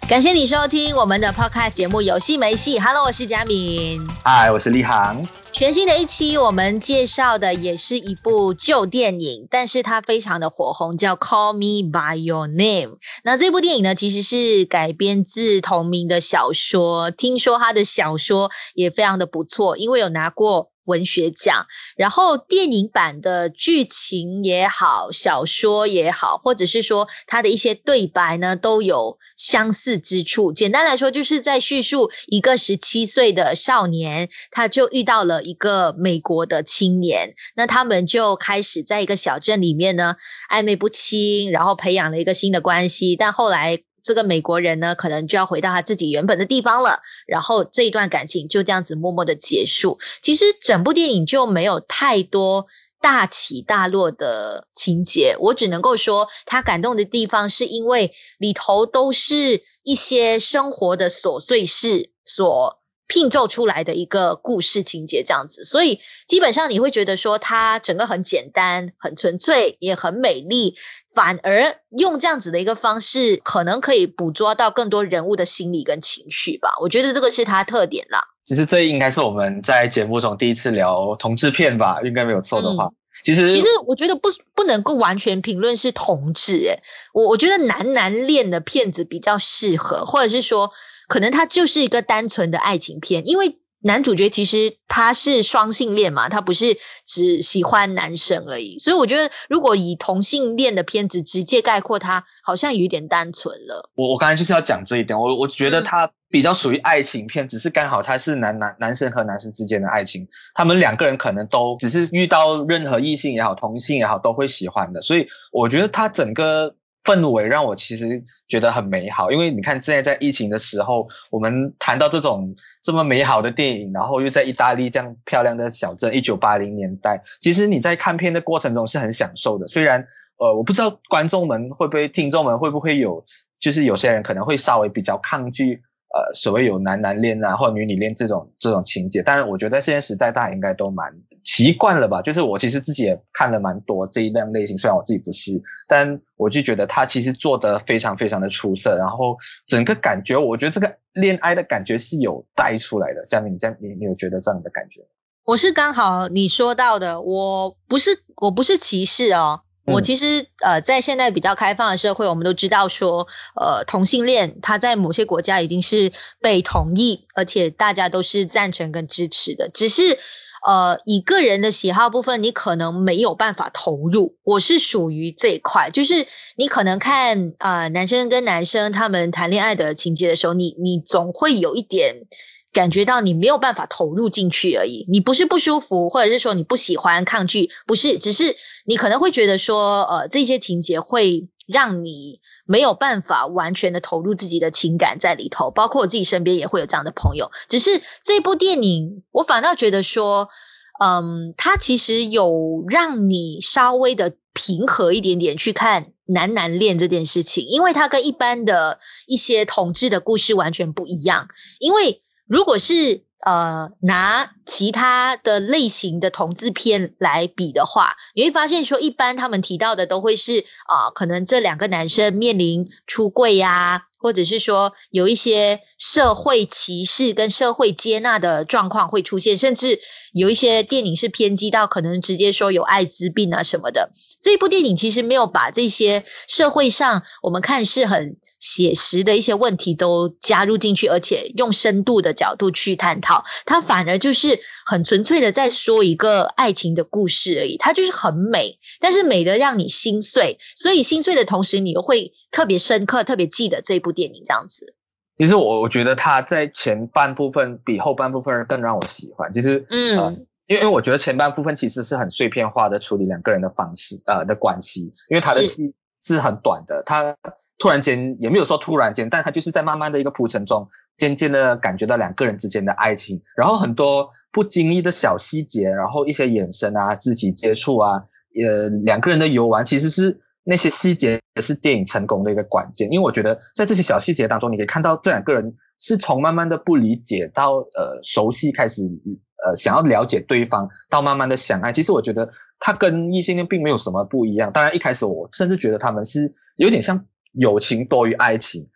感谢你收听我们的 Podcast 节目有戏没戏。 Hello， 我是佳敏。 嗨，我是立航。 全新的一期我们介绍的也是一部旧电影，但是它非常的火红，叫 Call Me By Your Name。 那这部电影呢其实是改编自同名的小说，听说它的小说也非常的不错，因为有拿过文学奖，然后电影版的剧情也好，小说也好，或者是说它的一些对白呢都有相似之处。简单来说就是在叙述一个17岁的少年，他就遇到了一个美国的青年，那他们就开始在一个小镇里面呢暧昧不清，然后培养了一个新的关系，但后来这个美国人呢可能就要回到他自己原本的地方了，然后这一段感情就这样子默默的结束。其实整部电影就没有太多大起大落的情节，我只能够说他感动的地方是因为里头都是一些生活的琐碎事所拼凑出来的一个故事情节这样子，所以基本上你会觉得说它整个很简单很纯粹也很美丽，反而用这样子的一个方式可能可以捕捉到更多人物的心理跟情绪吧，我觉得这个是它的特点啦。 其实这应该是我们在节目中第一次聊同志片吧，应该没有错的话。其实我觉得不能够完全评论是同志我觉得男恋的片子比较适合，或者是说可能它就是一个单纯的爱情片，因为男主角其实他是双性恋嘛，他不是只喜欢男生而已，所以我觉得如果以同性恋的片子直接概括它好像有一点单纯了。 我刚才就是要讲这一点，我觉得它比较属于爱情片，只是刚好它是男生和男生之间的爱情，他们两个人可能都只是遇到任何异性也好同性也好都会喜欢的，所以我觉得它整个氛围让我其实觉得很美好。因为你看现在在疫情的时候，我们谈到这种这么美好的电影，然后又在意大利这样漂亮的小镇1980年代，其实你在看片的过程中是很享受的。虽然我不知道观众们听众们会不会有，就是有些人可能会稍微比较抗拒所谓有男恋啊或女恋这种情节，但是我觉得在现在时代大家应该都蛮习惯了吧。就是我其实自己也看了蛮多这一样类型，虽然我自己不是，但我就觉得他其实做得非常非常的出色，然后整个感觉我觉得这个恋爱的感觉是有带出来的。佳明你有觉得这样的感觉？ 我是刚好你说到的，我不是歧视哦。我其实在现在比较开放的社会，我们都知道说同性恋它在某些国家已经是被同意，而且大家都是赞成跟支持的，只是以个人的喜好部分你可能没有办法投入。我是属于这一块，就是你可能看男生跟男生他们谈恋爱的情节的时候，你总会有一点感觉到你没有办法投入进去而已，你不是不舒服，或者是说你不喜欢抗拒，不是，只是你可能会觉得说这些情节会让你没有办法完全的投入自己的情感在里头，包括我自己身边也会有这样的朋友。只是这部电影我反倒觉得说它其实有让你稍微的平和一点点去看男恋这件事情，因为它跟一般的一些同志的故事完全不一样。因为如果是拿其他的类型的同志片来比的话，你会发现说一般他们提到的都会是可能这两个男生面临出柜啊，或者是说有一些社会歧视跟社会接纳的状况会出现，甚至有一些电影是偏激到可能直接说有艾滋病啊什么的。这部电影其实没有把这些社会上我们看是很写实的一些问题都加入进去，而且用深度的角度去探讨，它反而就是很纯粹的在说一个爱情的故事而已。它就是很美，但是美的让你心碎，所以心碎的同时你又会特别深刻特别记得这部电影这样子。 其实我觉得它在前半部分比后半部分更让我喜欢。其实因为我觉得前半部分其实是很碎片化的处理两个人的方式的关系，因为他的戏是很短的，他突然间也没有说突然间，但他就是在慢慢的一个铺陈中渐渐的感觉到两个人之间的爱情，然后很多不经意的小细节，然后一些眼神啊肢体接触啊两个人的游玩，其实是那些细节是电影成功的一个关键。因为我觉得在这些小细节当中你可以看到这两个人是从慢慢的不理解到熟悉，开始想要了解对方，到慢慢的相爱。其实我觉得他跟异性恋并没有什么不一样，当然一开始我甚至觉得他们是有点像友情多于爱情，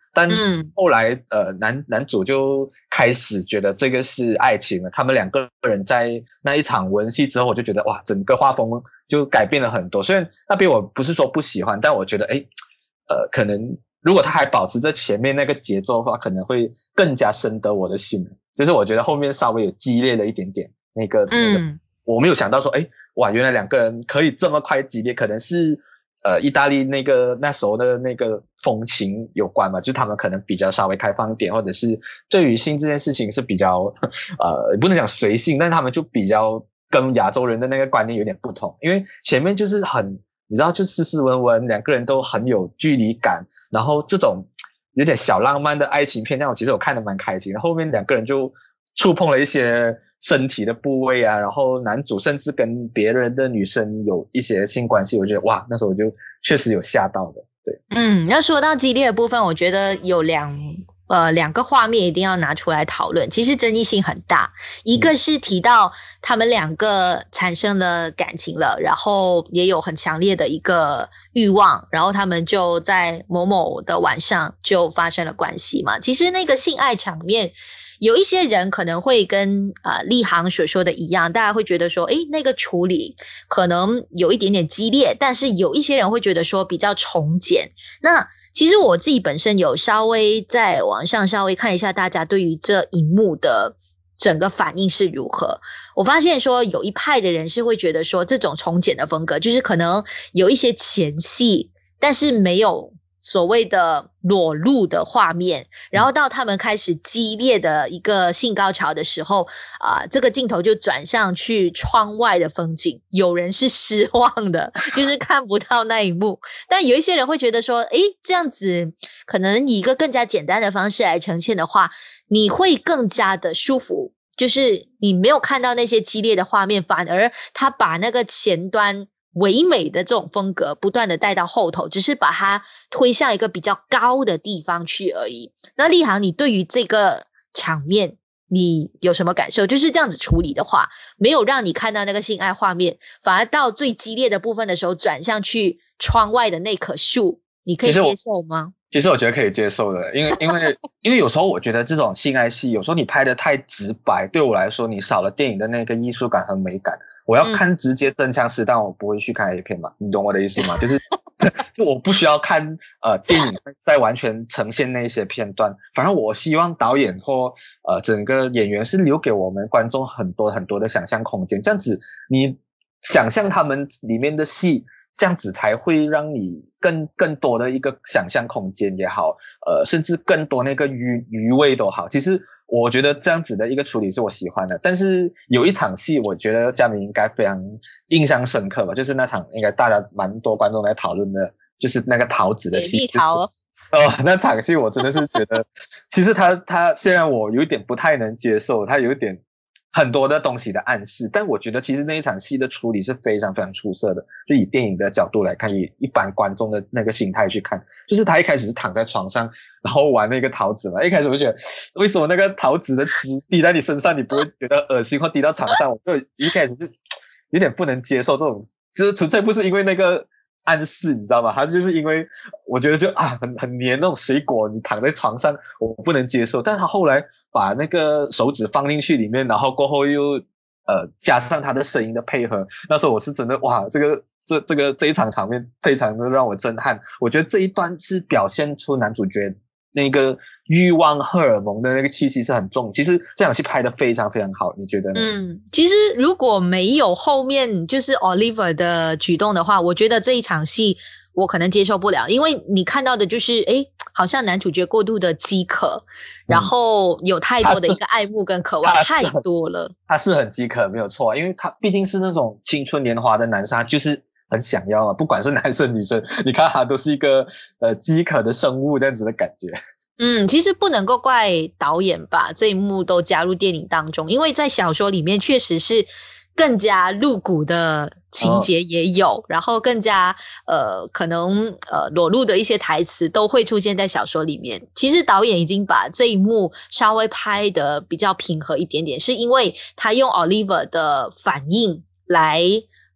但后来男主就开始觉得这个是爱情了。他们两个人在那一场吻戏之后，我就觉得哇，整个画风就改变了很多。虽然那边我不是说不喜欢，但我觉得可能如果他还保持着前面那个节奏的话，可能会更加深得我的心。就是我觉得后面稍微有激烈了一点点，那个我没有想到说哇，原来两个人可以这么快激烈，可能是意大利那时候的那个风情有关嘛，就是他们可能比较稍微开放一点，或者是对于性这件事情是比较不能讲随性，但是他们就比较跟亚洲人的那个观念有点不同。因为前面就是你知道就斯斯文文，两个人都很有距离感，然后这种有点小浪漫的爱情片，那我其实我看得蛮开心的。后面两个人就触碰了一些身体的部位啊，然后男主甚至跟别人的女生有一些性关系，我觉得哇，那时候我就确实有吓到的。对， 那说到激烈的部分，我觉得有两个画面一定要拿出来讨论，其实争议性很大。一个是提到他们两个产生了感情了，然后也有很强烈的一个欲望，然后他们就在某某的晚上就发生了关系嘛。其实那个性爱场面，有一些人可能会跟立行所说的一样，大家会觉得说那个处理可能有一点点激烈，但是有一些人会觉得说比较从简。那其实我自己本身有稍微在网上稍微看一下大家对于这一幕的整个反应是如何。我发现说有一派的人是会觉得说这种从简的风格就是可能有一些前戏，但是没有所谓的裸露的画面，然后到他们开始激烈的一个性高潮的时候这个镜头就转向去窗外的风景，有人是失望的，就是看不到那一幕。但有一些人会觉得说这样子可能以一个更加简单的方式来呈现的话，你会更加的舒服，就是你没有看到那些激烈的画面，反而他把那个前端唯美的这种风格不断的带到后头，只是把它推向一个比较高的地方去而已。那立行，你对于这个场面你有什么感受？就是这样子处理的话，没有让你看到那个性爱画面，反而到最激烈的部分的时候转向去窗外的那棵树，你可以接受吗？ 其实我觉得可以接受的，因为有时候我觉得这种性爱戏，有时候你拍的太直白，对我来说你少了电影的那个艺术感和美感。我要看直接真枪实弹，我不会去看 A 片嘛，你懂我的意思吗？就是就我不需要看电影再完全呈现那些片段，反正我希望导演或整个演员是留给我们观众很多很多的想象空间，这样子你想象他们里面的戏，这样子才会让你更多的一个想象空间也好，甚至更多那个余味都好。其实我觉得这样子的一个处理是我喜欢的。但是有一场戏我觉得嘉明应该非常印象深刻吧，就是那场应该大家蛮多观众来讨论的，就是那个桃子的戏。 蜜桃那场戏我真的是觉得其实他虽然我有一点不太能接受，他有一点很多的东西的暗示，但我觉得其实那一场戏的处理是非常非常出色的。就以电影的角度来看，以一般观众的那个心态去看，就是他一开始是躺在床上然后玩那个桃子嘛，一开始我就觉得为什么那个桃子的汁滴在你身上你不会觉得恶心，或滴到床上，我就一开始就有点不能接受这种，就是纯粹不是因为那个暗示，你知道吗？他就是因为我觉得就很黏那种水果，你躺在床上我不能接受。但他后来把那个手指放进去里面，然后过后又加上他的声音的配合，那时候我是真的哇，这一场场面非常的让我震撼。我觉得这一段是表现出男主角那个欲望荷尔蒙的那个气息是很重，其实这场戏拍得非常非常好，你觉得呢？ 其实如果没有后面就是 Oliver 的举动的话，我觉得这一场戏我可能接受不了，因为你看到的就是好像男主角过度的饥渴，然后有太多的一个爱慕跟渴望，太多了。他是很饥渴没有错，因为他毕竟是那种青春年华的男生，他就是很想要啊，不管是男生女生，你看他都是一个饥渴的生物这样子的感觉。 其实不能够怪导演把这一幕都加入电影当中，因为在小说里面确实是更加露骨的情节也有，然后更加可能裸露的一些台词都会出现在小说里面。其实导演已经把这一幕稍微拍得比较平和一点点，是因为他用 Oliver 的反应来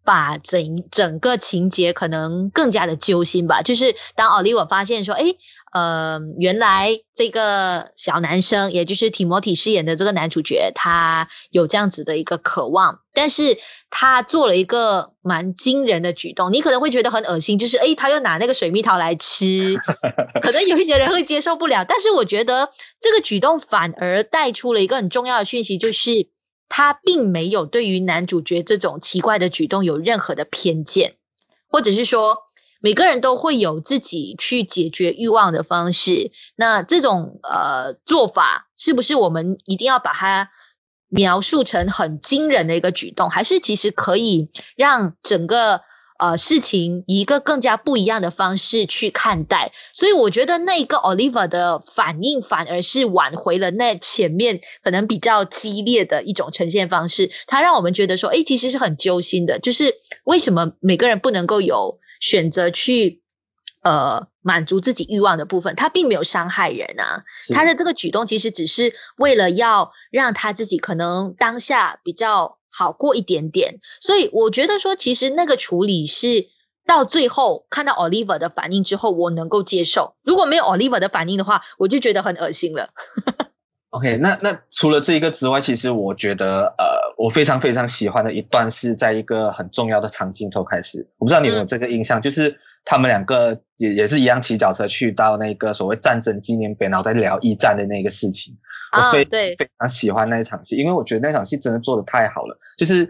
把整个情节可能更加的揪心吧。就是当 Oliver 发现说原来这个小男生，也就是提摩提饰演的这个男主角，他有这样子的一个渴望，但是他做了一个蛮惊人的举动，你可能会觉得很恶心，就是他又拿那个水蜜桃来吃，可能有一些人会接受不了，但是我觉得这个举动反而带出了一个很重要的讯息，就是他并没有对于男主角这种奇怪的举动有任何的偏见，或者是说每个人都会有自己去解决欲望的方式，那这种做法是不是我们一定要把它描述成很惊人的一个举动，还是其实可以让整个事情以一个更加不一样的方式去看待。所以我觉得那个 Oliver 的反应反而是挽回了那前面可能比较激烈的一种呈现方式，它让我们觉得说其实是很揪心的，就是为什么每个人不能够有选择去满足自己欲望的部分，他并没有伤害人啊，他的这个举动其实只是为了要让他自己可能当下比较好过一点点。所以我觉得说其实那个处理是到最后看到 Oliver 的反应之后我能够接受，如果没有 Oliver 的反应的话我就觉得很恶心了 OK， 那除了这一个之外，其实我觉得我非常非常喜欢的一段是在一个很重要的长镜头开始，我不知道你有没有这个印象，就是他们两个也是一样骑脚车去到那个所谓战争纪念碑，然后在聊一战的那个事情。我非常喜欢那一场戏，因为我觉得那场戏真的做得太好了，就是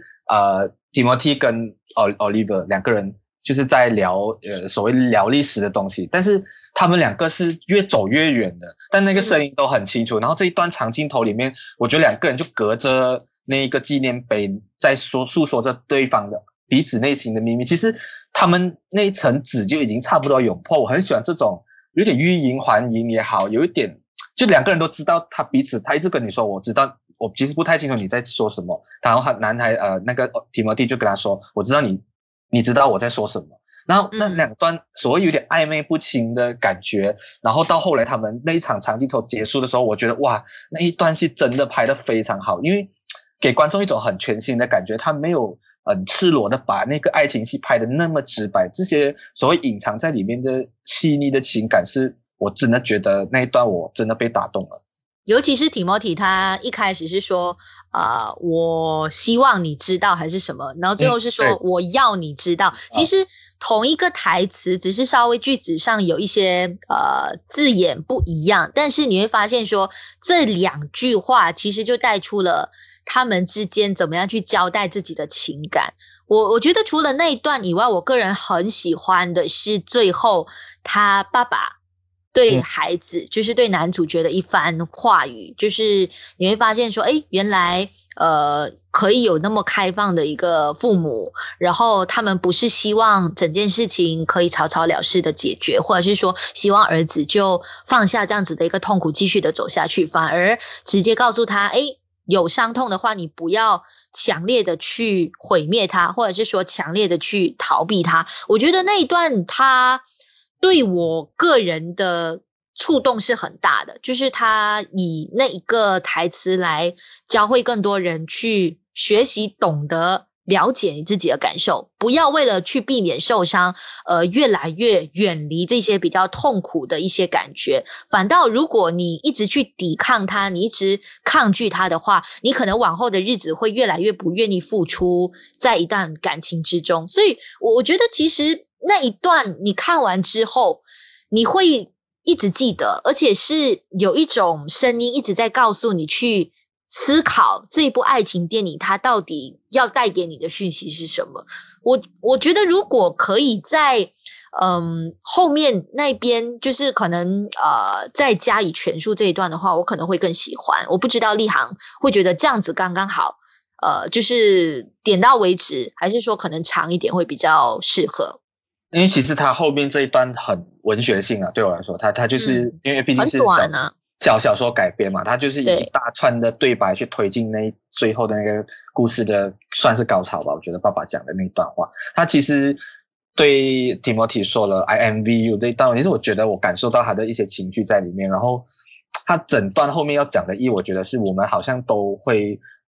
Timothy 跟 Oliver 两个人就是在聊所谓聊历史的东西，但是他们两个是越走越远的，但那个声音都很清楚。然后这一段长镜头里面，我觉得两个人就隔着那个纪念碑在诉说着对方的彼此内心的秘密。其实他们那一层纸就已经差不多涌破。我很喜欢这种有点欲迎还迎也好，有一点就两个人都知道他彼此，他一直跟你说我知道，我其实不太清楚你在说什么。然后男孩那个提摩蒂就跟他说，我知道你知道我在说什么。然后那两段所谓有点暧昧不清的感觉，然后到后来他们那一场长镜头结束的时候，我觉得哇，那一段戏真的拍得非常好，因为给观众一种很全新的感觉，他没有很赤裸的把那个爱情戏拍得那么直白，这些所谓隐藏在里面的细腻的情感，是我真的觉得那一段我真的被打动了。 尤其是 Timothy 他一开始是说我希望你知道还是什么，然后最后是说我要你知道。其实同一个台词，只是稍微句子上有一些字眼不一样，但是你会发现说这两句话其实就带出了他们之间怎么样去交代自己的情感。我觉得除了那一段以外，我个人很喜欢的是最后他爸爸对孩子，就是对男主角的一番话语，就是你会发现说原来可以有那么开放的一个父母，然后他们不是希望整件事情可以草草了事的解决，或者是说希望儿子就放下这样子的一个痛苦继续的走下去，反而直接告诉他有伤痛的话你不要强烈的去毁灭他，或者是说强烈的去逃避他。我觉得那一段他对我个人的触动是很大的，就是他以那一个台词来教会更多人去学习懂得了解你自己的感受，不要为了去避免受伤越来越远离这些比较痛苦的一些感觉，反倒如果你一直去抵抗它，你一直抗拒它的话，你可能往后的日子会越来越不愿意付出在一段感情之中。所以我觉得其实那一段你看完之后你会一直记得，而且是有一种声音一直在告诉你去思考这部爱情电影它到底要带给你的讯息是什么。我觉得如果可以在后面那边就是可能再加以诠述这一段的话，我可能会更喜欢。我不知道立行会觉得这样子刚刚好就是点到为止，还是说可能长一点会比较适合。 因为其实他后面这一段很文学性啊，对我来说他就是因为毕竟是很短啊， 小说改编嘛，他就是以一大串的对白去推进那最后的那个故事的算是高潮吧。我觉得爸爸讲的那段话，他其实对 Timothy 说了 I envy you 这一段，其实我觉得我感受到他的一些情绪在里面，然后他整段后面要讲的我觉得是我们好像都会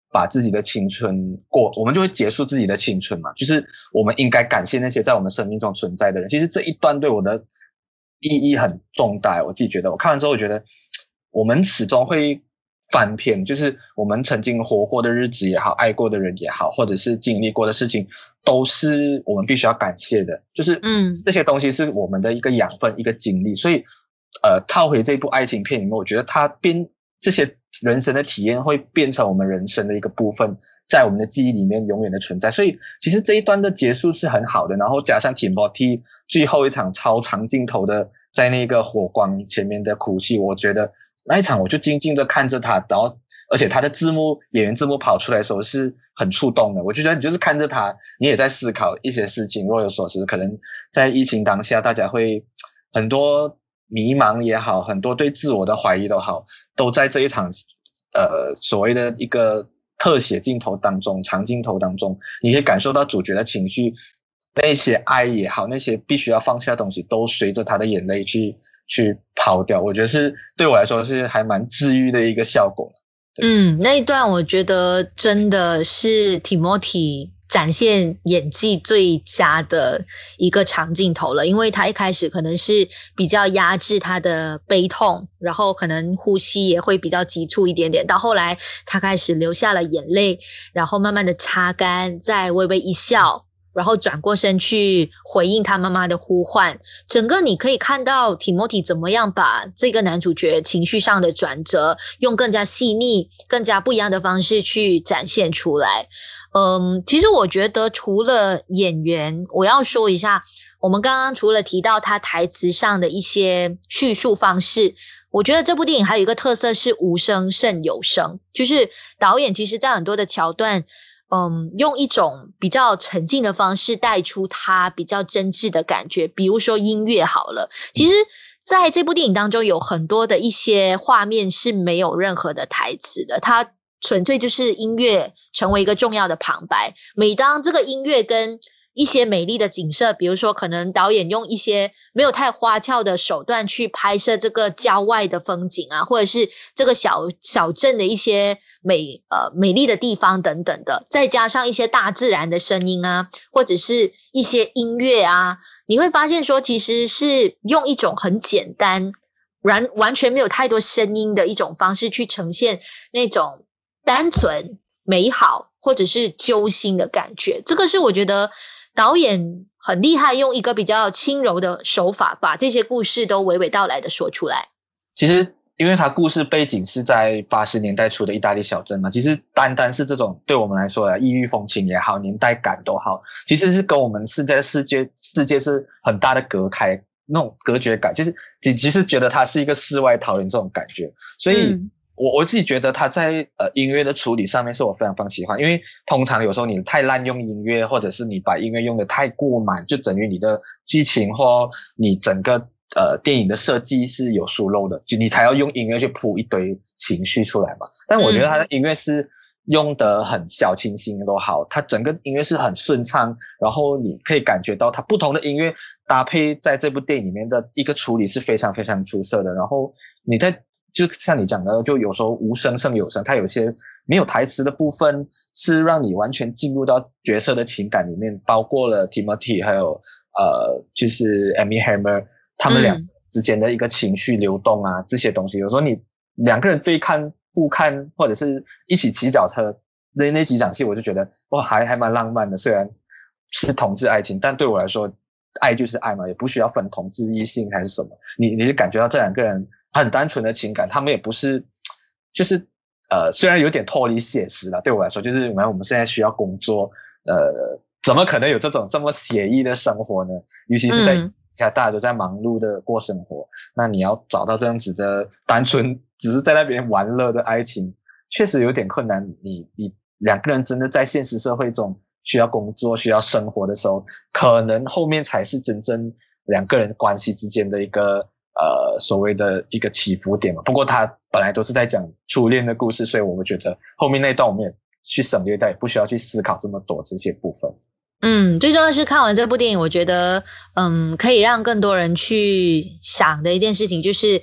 把自己的青春过，我们就会结束自己的青春嘛，就是我们应该感谢那些在我们生命中存在的人。其实这一段对我的意义很重大，我自己觉得，我看完之后我觉得我们始终会翻篇，就是我们曾经活过的日子也好，爱过的人也好，或者是经历过的事情，都是我们必须要感谢的，就是这些东西是我们的一个养分，一个经历。所以套回这部爱情片里面，我觉得它这些人生的体验会变成我们人生的一个部分，在我们的记忆里面永远的存在。所以其实这一段的结束是很好的，然后加上 Timothy 最后一场超长镜头的在那个火光前面的哭泣，我觉得那一场我就静静的看着他，然后而且他的演员字幕跑出来的时候是很触动的。我就觉得你就是看着他，你也在思考一些事情，若有所思。可能在疫情当下，大家会很多迷茫也好，很多对自我的怀疑都好，都在这一场所谓的一个特写镜头当中，长镜头当中，你可以感受到主角的情绪，那些爱也好，那些必须要放下的东西，都随着他的眼泪去抛掉。我觉得是对我来说是还蛮治愈的一个效果。 那一段我觉得真的是 Timothy 展现演技最佳的一个长镜头了，因为他一开始可能是比较压制他的悲痛，然后可能呼吸也会比较急促一点点，到后来他开始流下了眼泪，然后慢慢的擦干，再微微一笑，然后转过身去回应他妈妈的呼唤。整个你可以看到 Timothy 怎么样把这个男主角情绪上的转折用更加细腻更加不一样的方式去展现出来。其实我觉得除了演员，我要说一下，我们刚刚除了提到他台词上的一些叙述方式，我觉得这部电影还有一个特色是无声胜有声，就是导演其实在很多的桥段用一种比较沉静的方式带出他比较真挚的感觉。比如说音乐好了，其实在这部电影当中有很多的一些画面是没有任何的台词的，它纯粹就是音乐成为一个重要的旁白。每当这个音乐跟一些美丽的景色，比如说可能导演用一些没有太花俏的手段去拍摄这个郊外的风景啊，或者是这个小镇的一些美丽的地方等等的，再加上一些大自然的声音啊，或者是一些音乐啊，你会发现说其实是用一种很简单完全没有太多声音的一种方式去呈现那种单纯美好或者是揪心的感觉。这个是我觉得导演很厉害，用一个比较轻柔的手法把这些故事都娓娓道来的说出来。 其实因为它故事背景是在80年代初的意大利小镇嘛，其实单是这种对我们来说的异域风情也好，年代感都好，其实是跟我们现在的世界是很大的隔开，那种隔绝感，就是你其实觉得它是一个世外桃源这种感觉。所以我自己觉得他在音乐的处理上面是我非常非常喜欢，因为通常有时候你太滥用音乐，或者是你把音乐用的太过满，就等于你的剧情或你整个电影的设计是有疏漏的，就你才要用音乐去铺一堆情绪出来嘛。但我觉得他的音乐是用得很小清新都好，他整个音乐是很顺畅，然后你可以感觉到他不同的音乐搭配在这部电影里面的一个处理是非常非常出色的。然后你在就像你讲的，就有时候无声胜有声，它有些没有台词的部分是让你完全进入到角色的情感里面，包括了 Timothy 还有就是 Amy Hammer 他们俩之间的一个情绪流动啊，这些东西有时候你两个人对看互看或者是一起骑脚车那几场戏，我就觉得哇还蛮浪漫的。虽然是同志爱情，但对我来说爱就是爱嘛，也不需要分同志异性还是什么，你就感觉到这两个人很单纯的情感，他们也不是就是虽然有点脱离现实啦，对我来说就是我们现在需要工作，怎么可能有这种这么写意的生活呢？尤其是在大家都在忙碌的过生活，那你要找到这样子的单纯只是在那边玩乐的爱情，确实有点困难。你两个人真的在现实社会中需要工作需要生活的时候，可能后面才是真正两个人关系之间的一个所谓的一个起伏点嘛。不过他本来都是在讲初恋的故事，所以我们觉得后面那段我们也去省略掉，也不需要去思考这么多这些部分。 最重要的是看完这部电影，我觉得可以让更多人去想的一件事情就是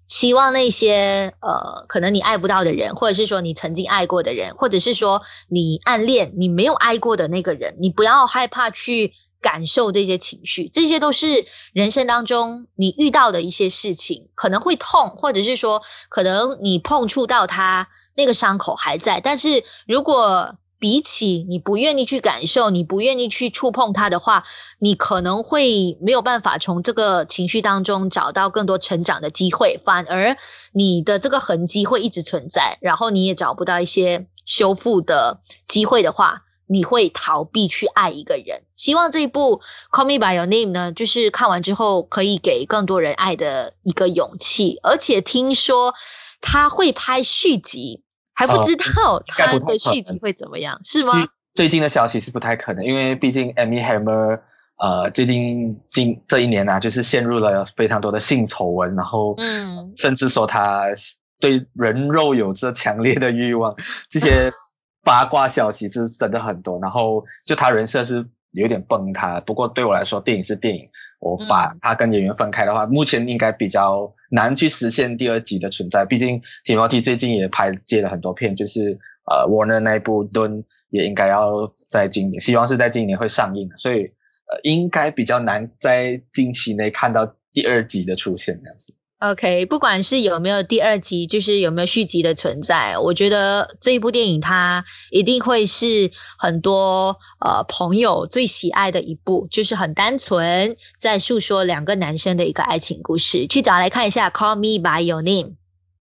希望那些可能你爱不到的人，或者是说你曾经爱过的人，或者是说你暗恋你没有爱过的那个人，你不要害怕去感受这些情绪，这些都是人生当中你遇到的一些事情，可能会痛，或者是说可能你碰触到它那个伤口还在，但是如果比起你不愿意去感受，你不愿意去触碰它的话，你可能会没有办法从这个情绪当中找到更多成长的机会，反而你的这个痕迹会一直存在，然后你也找不到一些修复的机会的话，你会逃避去爱一个人。希望这一部 Call Me By Your Name 呢，就是看完之后可以给更多人爱的一个勇气，而且听说他会拍续集，还不知道他的续集会怎么样，是吗？ 最近的消息是不太可能，因为毕竟 Amy Hammer 最近这一年啊，就是陷入了非常多的性丑闻，然后甚至说他对人肉有着强烈的欲望，这些八卦消息是真的很多，然后就他人设是有点崩塌。不过对我来说，电影是电影，我把他跟演员分开的话，目前应该比较难去实现第二集的存在。毕竟 Timothy 最近也接了很多片，就是Warner 那一部 Dune 也应该要在今年，希望是在今年会上映，所以应该比较难在近期内看到第二集的出现这样子。 OK， 不管是有没有第二集，就是有没有续集的存在，我觉得这一部电影它一定会是很多朋友最喜爱的一部，就是很单纯在诉说两个男生的一个爱情故事。去找来看一下 Call Me By Your Name。